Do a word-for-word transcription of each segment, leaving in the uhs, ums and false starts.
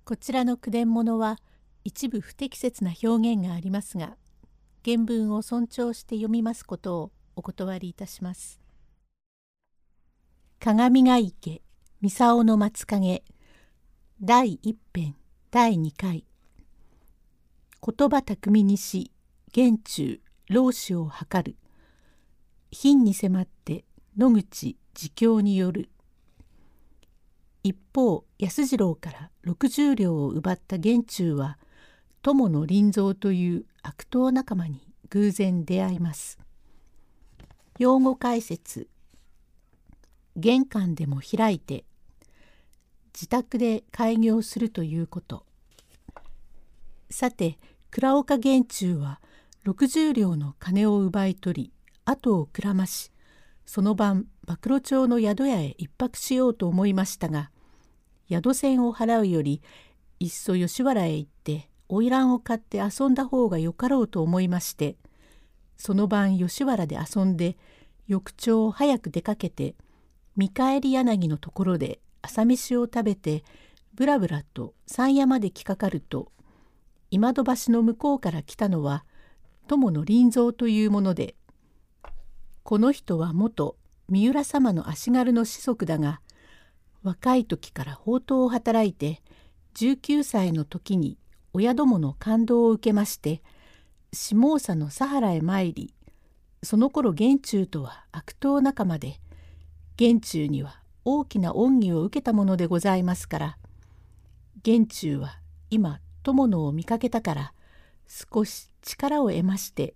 こちらの句伝物は一部不適切な表現がありますが、原文を尊重して読みますことをお断りいたします。鏡ヶ池三竿の松影第一編第二回。言葉巧みにし言中老子を図る。品に迫って野口自供による。一方安次郎から六十両を奪った玄中は友の林蔵という悪党仲間に偶然出会います。用語解説。玄関でも開いて自宅で開業するということ。さて倉岡玄中は六十両の金を奪い取り後をくらまし、その晩馬喰町の宿屋へ一泊しようと思いましたが、宿銭を払うよりいっそ吉原へ行って花魁を買って遊んだ方がよかろうと思いまして、その晩吉原で遊んで翌朝早く出かけて見返り柳のところで朝飯を食べてぶらぶらと山谷まで来かかると、今戸橋の向こうから来たのは友の林蔵というもので、この人は元三浦様の足軽の子息だが、若い時から放蕩を働いてじゅうきゅうさいの時に親どもの勘当を受けまして下総の佐原へ参り、その頃玄中とは悪党仲間で、玄中には大きな恩義を受けたものでございますから、玄中は今友のを見かけたから少し力を得まして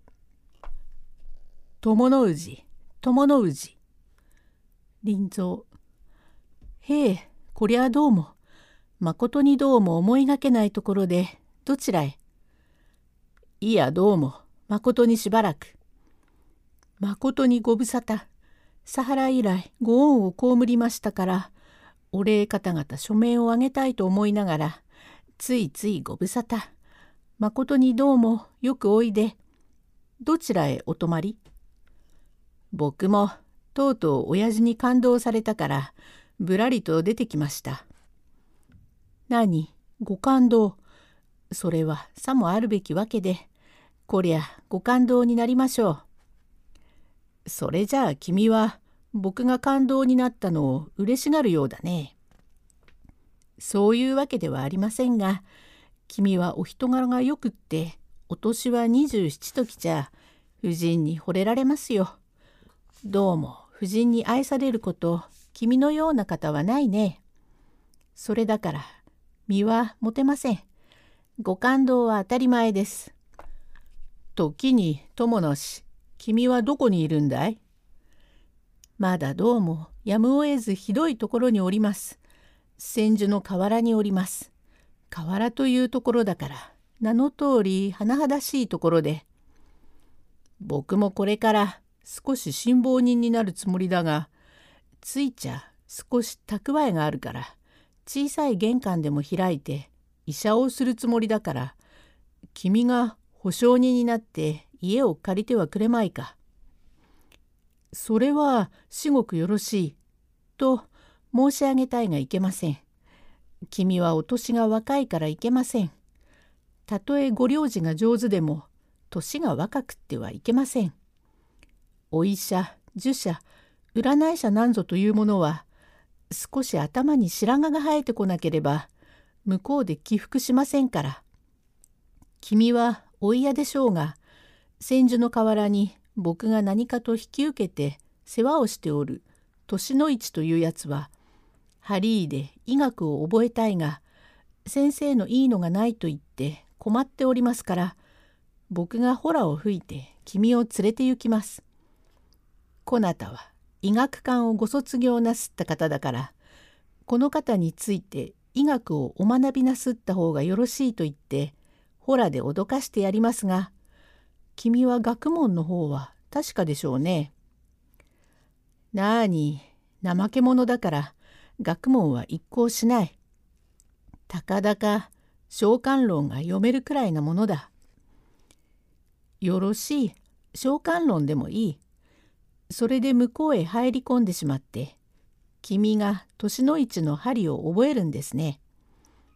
「友の氏友の氏」。林蔵。へえ、こりゃどうも、まことにどうも思いがけないところで、どちらへ。いやどうも、まことにしばらく。まことにご無沙汰。佐原以来ご恩を被りましたから、お礼方々書面をあげたいと思いながら、ついついご無沙汰。まことにどうもよくおいで。どちらへお泊まり。僕もとうとう親父に勘当されたから、ぶらりと出てきました。何、ご勘当。それはさもあるべきわけで、こりゃご勘当になりましょう。それじゃあ君は僕が勘当になったのを嬉しがるようだね。そういうわけではありませんが、君はお人柄がよくって、お年は二十七ときちゃ夫人に惚れられますよ。どうも夫人に愛されること君のような方はないね。それだから身は持てません。ご勘当は当たり前です。時に友の氏、君はどこにいるんだい。まだどうもやむを得ずひどいところにおります。千住の河原におります。河原というところだから名の通り甚だしいところで、僕もこれから少し辛抱人になるつもりだが、ついちゃ少し蓄えがあるから小さい玄関でも開いて医者をするつもりだから、君が保証人になって家を借りてはくれまいか。それは至極よろしいと申し上げたいがいけません。君はお年が若いからいけません。たとえご領事が上手でも年が若くってはいけません。お医者、呪者、占い師なんぞというものは少し頭に白髪が生えてこなければ向こうで起伏しませんから。君はお嫌でしょうが、千住の河原に僕が何かと引き受けて世話をしておる年の市というやつは、ハリーで医学を覚えたいが先生のいいのがないと言って困っておりますから、僕がホラを吹いて君を連れて行きます。こなたは医学館をご卒業なすった方だから、この方について医学をお学びなすった方がよろしいと言ってホラで脅かしてやりますが、君は学問の方は確かでしょうね。なあに、怠け者だから学問は一向しない。たかだか召喚論が読めるくらいなものだ。よろしい、召喚論でもいい。それで向こうへ入り込んでしまって、君が年の市の針を覚えるんですね。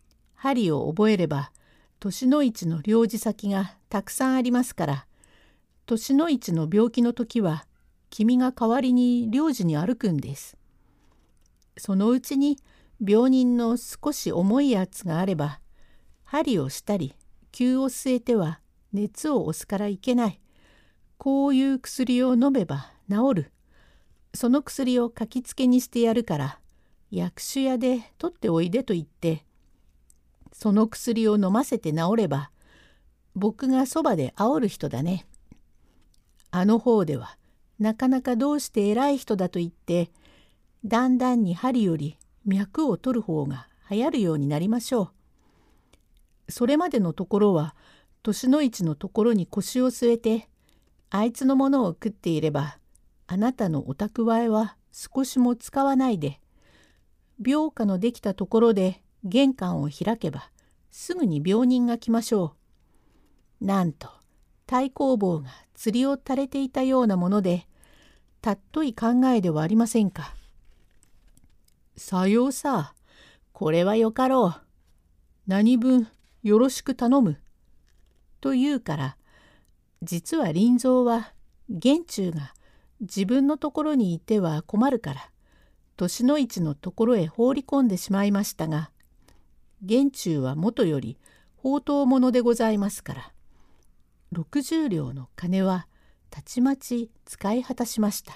針を覚えれば年の市の領事先がたくさんありますから、年の市の病気の時は君が代わりに領事に歩くんです。そのうちに病人の少し重いやつがあれば、針をしたり灸を据えては熱を押すからいけない。こういう薬を飲めば治る。その薬を書きつけにしてやるから、薬種屋で取っておいでと言って、その薬を飲ませて治れば、僕がそばで煽る人だね。あの方では、なかなかどうして偉い人だと言って、だんだんに針より脈を取る方が流行るようになりましょう。それまでのところは、年の市のところに腰を据えて、あいつのものを食っていれば、あなたのお蓄えは少しも使わないで、病家のできたところで玄関を開けば、すぐに病人が来ましょう。なんと、太公望が釣りを垂れていたようなもので、たっとい考えではありませんか。さようさ、これはよかろう。何分よろしく頼む。と言うから、実は林蔵は玄中が自分のところにいては困るから、年の市のところへ放り込んでしまいましたが、玄中はもとより放蕩者でございますから、六十両の金はたちまち使い果たしました。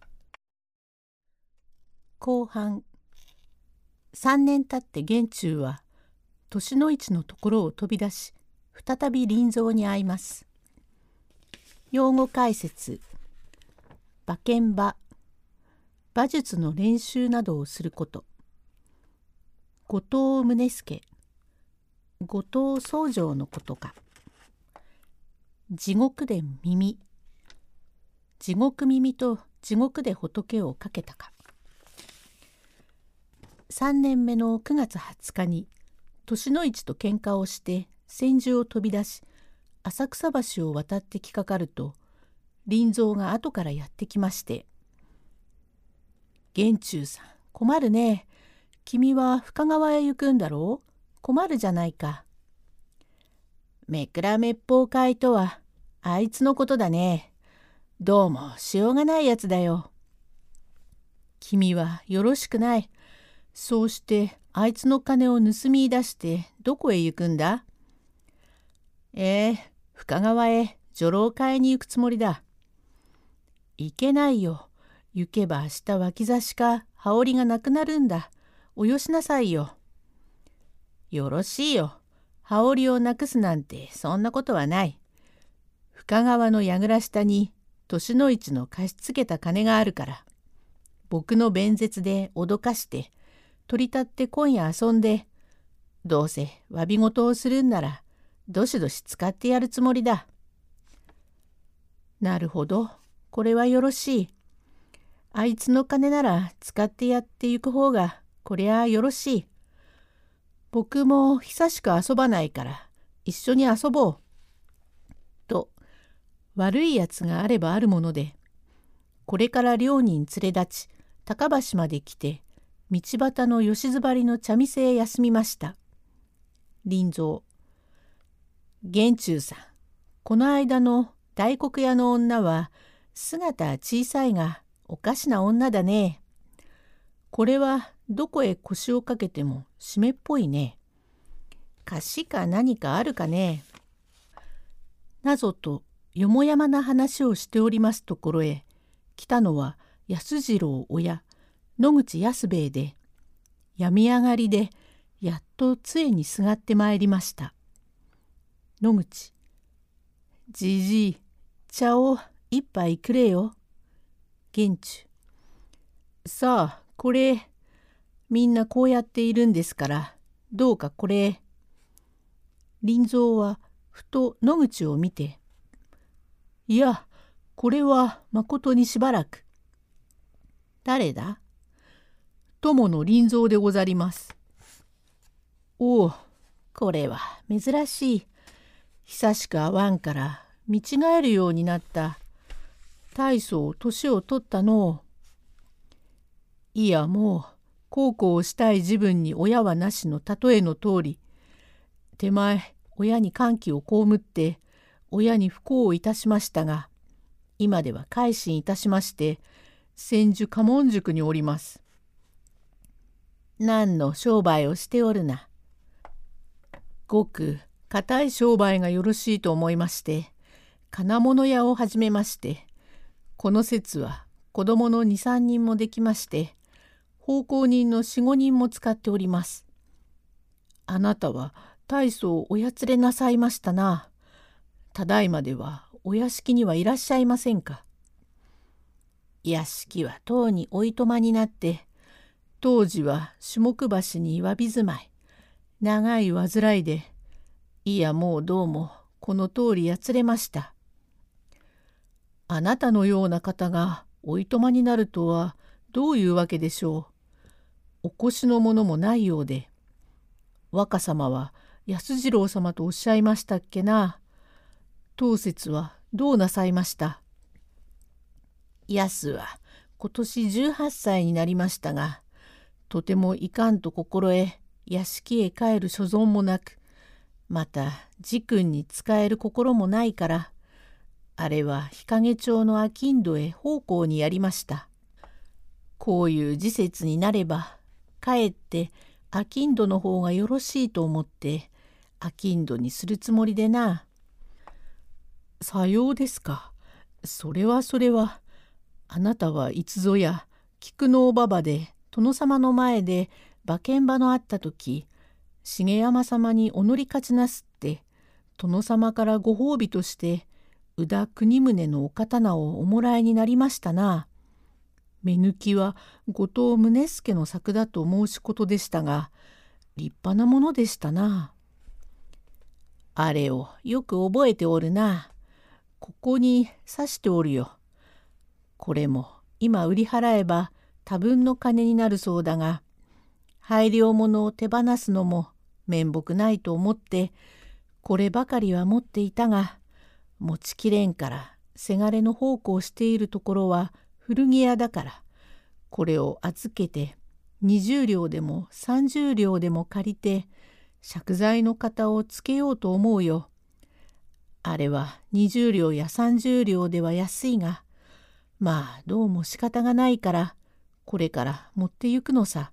後半、三年経って玄中は年の市のところを飛び出し、再び林蔵に会います。用語解説、馬券場、馬術の練習などをすること。後藤宗助、後藤宗城のことか。地獄で耳、地獄耳と地獄で仏をかけたか。三年目の九月二日に年の市と喧嘩をして千住を飛び出し、浅草橋を渡ってきかかると、林蔵が後からやってきまして、玄中さん、困るね。君は深川へ行くんだろう。困るじゃないか。めくらめっぽう会とは、あいつのことだね。どうもしようがないやつだよ。君はよろしくない。そうしてあいつの金を盗み出してどこへ行くんだ。ええ、深川へ女郎買いに行くつもりだ。いけないよ。行けば明日脇差しか羽織がなくなるんだ。およしなさいよ。よろしいよ。羽織をなくすなんてそんなことはない。深川の櫓下に年の市の貸し付けた金があるから、僕の弁舌で脅かして取り立って今夜遊んで、どうせ詫び事をするんならどしどし使ってやるつもりだ。なるほど、これはよろしい。あいつの金なら使ってやってゆく方がこりゃあよろしい。僕も久しく遊ばないから一緒に遊ぼう。と悪いやつがあればあるもので、これから両人連れ立ち高橋まで来て、道端の吉津張の茶店へ休みました。林蔵、玄中さん、この間の大黒屋の女は姿小さいがおかしな女だね。これはどこへ腰をかけても湿っぽいね。貸しか何かあるかね。なぞとよもやまな話をしておりますところへ来たのは安次郎親野口安兵衛で、病み上がりでやっと杖にすがってまいりました。野口、じじい、茶を一杯くれよ。玄中、さあこれ、みんなこうやっているんですから、どうかこれ。林蔵はふと野口を見て、いや、これはまことにしばらく。誰だ。友の林蔵でござります。おお、これは珍しい。久しく会わんから見違えるようになった。大層年を取ったのう。いやもう孝行をしたい自分に親はなしの例えの通り、 手前親に歓喜を被って親に不幸をいたしましたが、今では改心いたしまして千手家紋塾におります。何の商売をしておるな。ごく固い商売がよろしいと思いまして金物屋を始めまして、この節は子供の二三人もできまして、奉公人の四五人も使っております。あなたは大層おやつれなさいましたな。ただいまではお屋敷にはいらっしゃいませんか。屋敷はとうにおいとまになって、当時は下木橋に岩び住まい、長い患いで、いやもうどうもこの通りやつれました。あなたのような方がおいとまになるとはどういうわけでしょう。お越しのものもないようで、若様は安次郎様とおっしゃいましたっけな。当節はどうなさいました。安は今年じゅうはっさいになりましたが、とてもいかんと心得、屋敷へ帰る所存もなく、また次君に仕える心もないから、あれは日陰町の商人へ奉公にやりました。こういう時節になれば、かえって商人の方がよろしいと思って商人にするつもりでな。さようですか。それはそれは。あなたはいつぞや菊のおばばで殿様の前で馬券場のあった時、重山様にお乗り勝ちなすって殿様からご褒美として宇田国宗のお刀をおもらいになりましたな。目抜きは後藤宗助の作だと申しことでしたが、立派なものでしたな。あれをよく覚えておるな。ここに刺しておるよ。これも今売り払えば多分の金になるそうだが、拝領物を手放すのも面目ないと思って、こればかりは持っていたが、持ちきれんからせがれの奉公しているところは古着屋だから、これを預けてにじゅう両でもさんじゅう両でも借りて借財の型をつけようと思うよ。あれはにじゅう両やさんじゅう両では安いが、まあどうも仕方がないからこれから持ってゆくのさ。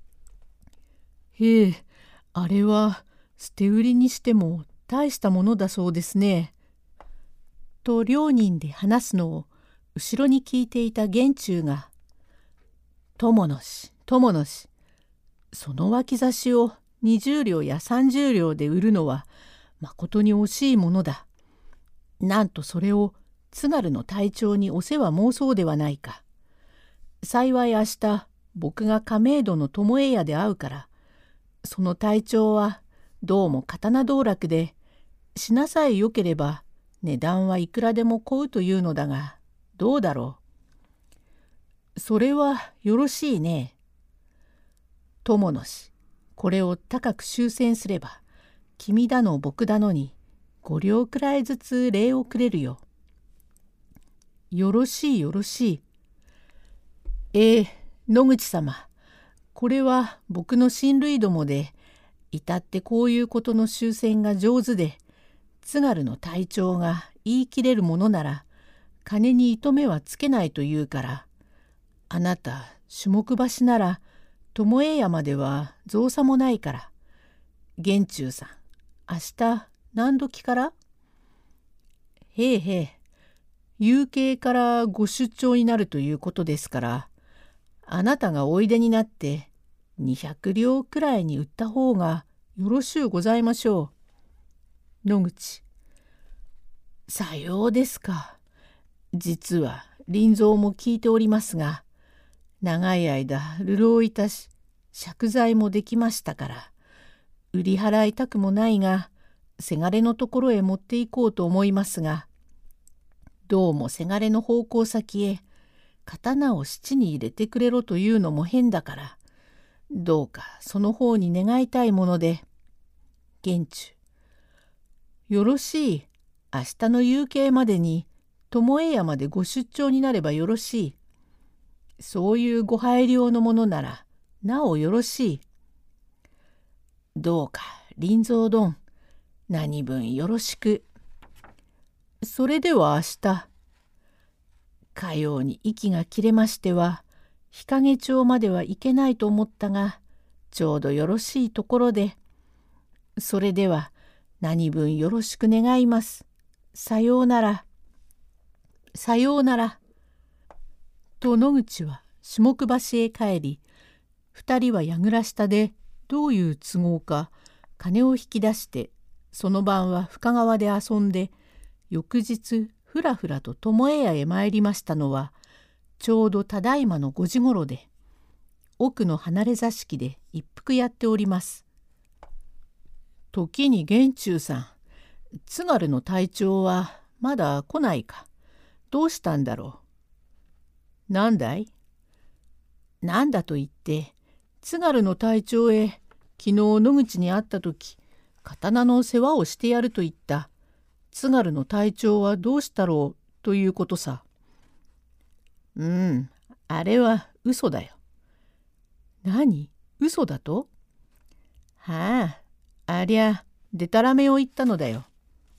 へえ、あれは捨て売りにしても大したものだそうですね。と両人で話すのを後ろに聞いていた玄中が、友のし友のし、その脇差しをにじゅう両やさんじゅう両で売るのはまことに惜しいものだ。なんとそれを津軽の隊長にお世話申そうではないか。幸い明日僕が亀戸の巴屋で会うから、その隊長はどうも刀道楽で、品さえよければ値段はいくらでも買うというのだが、どうだろう。それはよろしいね。友のし、これを高く修繕すれば、君だの僕だのにご両くらいずつ礼をくれるよ。よろしいよろしい。ええ、野口様、これは僕の親類どもで、至ってこういうことの修繕が上手で、津軽の隊長が言い切れるものなら、金に糸目はつけないと言うから、あなた、下木橋なら、巴屋までは造作もないから、玄中さん、明日何時から？へえへえ、夕景からご出張になるということですから、あなたがおいでになってにひゃく両くらいに売った方がよろしゅうございましょう。野口、さようですか。実は林蔵も聞いておりますが、長い間流浪いたし、借財もできましたから、売り払いたくもないが、せがれのところへ持って行こうと思いますが、どうもせがれの奉公先へ刀を七に入れてくれろというのも変だから、どうかその方に願いたいもので。玄中、よろしい。明日の夕景までに巴屋までご出張になればよろしい。そういうご配慮のものならなおよろしい。どうか林蔵どん、 何分よろしく。それでは明日。かように息が切れましては、日陰町までは行けないと思ったが、ちょうどよろしいところで。それでは何分よろしく願います。さようなら。さようなら。と野口は下久橋へ帰り、二人は櫓下でどういう都合か金を引き出して、その晩は深川で遊んで、翌日ふらふらと巴屋へ参りましたのは、ちょうどただいまのごじごろで、奥の離れ座敷で一服やっております。時に玄中さん、津軽の隊長はまだ来ないか。どうしたんだろう。なんだい。なんだと言って、津軽の隊長へ昨日野口に会った時、刀の世話をしてやると言った津軽の隊長はどうしたろうということさ。うん、あれは嘘だよ。何、嘘だと。はあ、ありゃでたらめを言ったのだよ。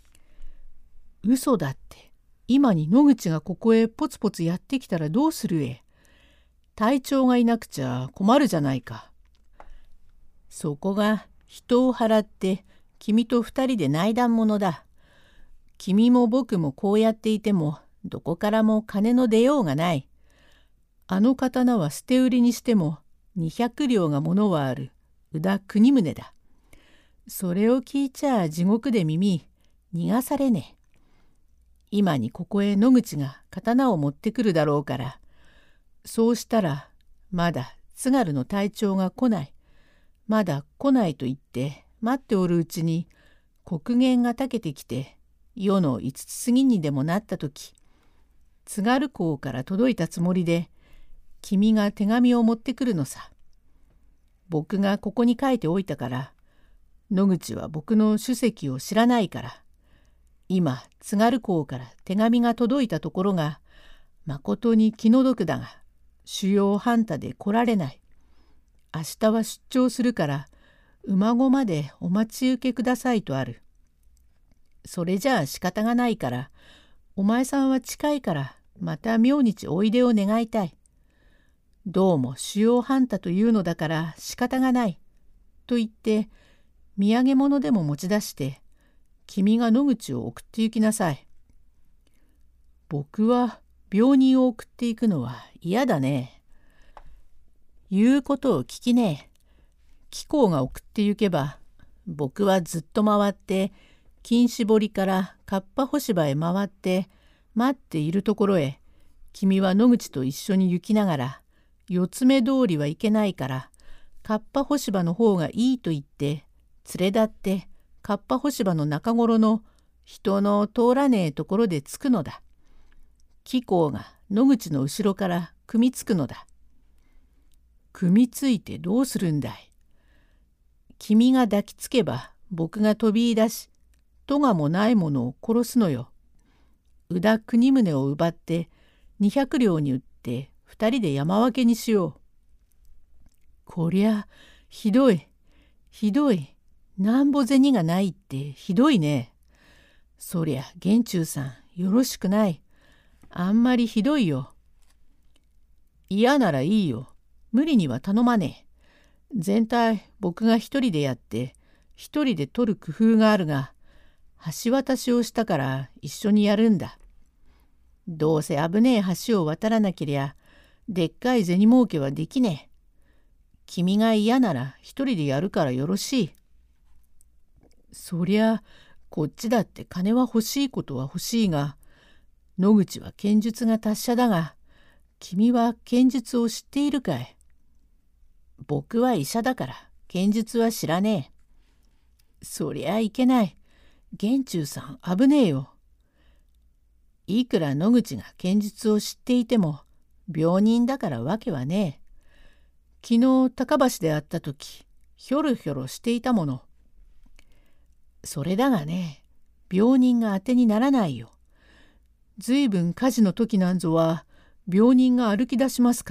嘘だって今に野口がここへポツポツやってきたらどうするえ。隊長がいなくちゃ困るじゃないか。そこが人を払って君と二人で内談者だ。君も僕もこうやっていてもどこからも金の出ようがない。あの刀は捨て売りにしても二百両がものはある宇田国宗だ。それを聞いちゃ地獄で耳逃がされねえ。今にここへ野口が刀を持ってくるだろうから、そうしたらまだ津軽の隊長が来ない、まだ来ないと言って待っておるうちに刻限がたけてきて、夜の五つ過ぎにでもなった時、津軽港から届いたつもりで君が手紙を持ってくるのさ。僕がここに書いておいたから、野口は僕の主席を知らないから、今津軽港から手紙が届いたところがまことに気の毒だが、主要半太で来られない。明日は出張するから馬子までお待ち受けくださいとある。それじゃあ仕方がないから、お前さんは近いからまた明日おいでを願いたい。どうも主要半太というのだから仕方がない。と言って土産物でも持ち出して、君が野口を送って行きなさい。僕は病人を送っていくのは嫌だね。言うことを聞きねえ。貴公が送って行けば、僕はずっと回って金絞りからかっぱ干し場へ回って待っているところへ、君は野口と一緒に行きながら、四つ目通りは行けないからかっぱ干し場の方がいいと言って連れ立ってかっぱ干し場の中頃の人の通らねえところで着くのだ。貴公が野口の後ろから組みつくのだ。組みついてどうするんだい。君が抱きつけば僕が飛び出し、とがもないものを殺すのよ。宇田国宗を奪って二百両に売って二人で山分けにしよう。こりゃひどい、ひどい。なんぼ銭がないってひどいね。そりゃ玄中さんよろしくない。あんまりひどいよ。嫌ならいいよ。無理には頼まねえ。全体僕が一人でやって一人で取る工夫があるが、橋渡しをしたから一緒にやるんだ。どうせ危ねえ橋を渡らなけりゃでっかい銭儲けはできねえ。君が嫌なら一人でやるからよろしい。そりゃこっちだって金は欲しいことは欲しいが、野口は剣術が達者だが、君は剣術を知っているかい。僕は医者だから剣術は知らねえ。そりゃいけない。玄中さん危ねえよ。いくら野口が剣術を知っていても病人だからわけはねえ。昨日高橋で会った時ひょろひょろしていたもの。それだがね、病人が当てにならないよ。ずいぶん火事の時なんぞは病人が歩き出しますから。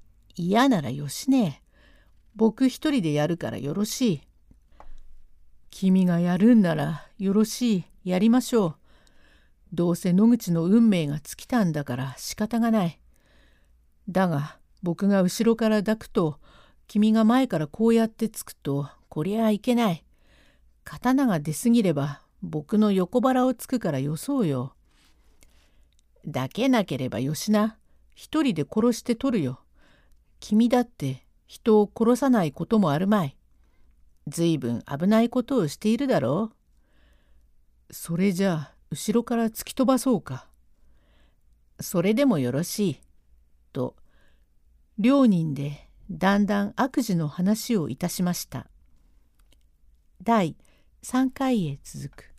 嫌ならよしねえ。僕一人でやるからよろしい。 君がやるんならよろしい、やりましょう。どうせ野口の運命が尽きたんだから仕方がない。だが僕が後ろから抱くと、君が前からこうやってつくと、こりゃあいけない。刀が出すぎれば僕の横腹をつくからよそうよ。抱けなければよしな。一人で殺して取るよ。君だって人を殺さないこともあるまい。ずいぶん危ないことをしているだろう。それじゃあ後ろから突き飛ばそうか。それでもよろしい。と両人でだんだん悪事の話をいたしました。だいさんかいへ続く。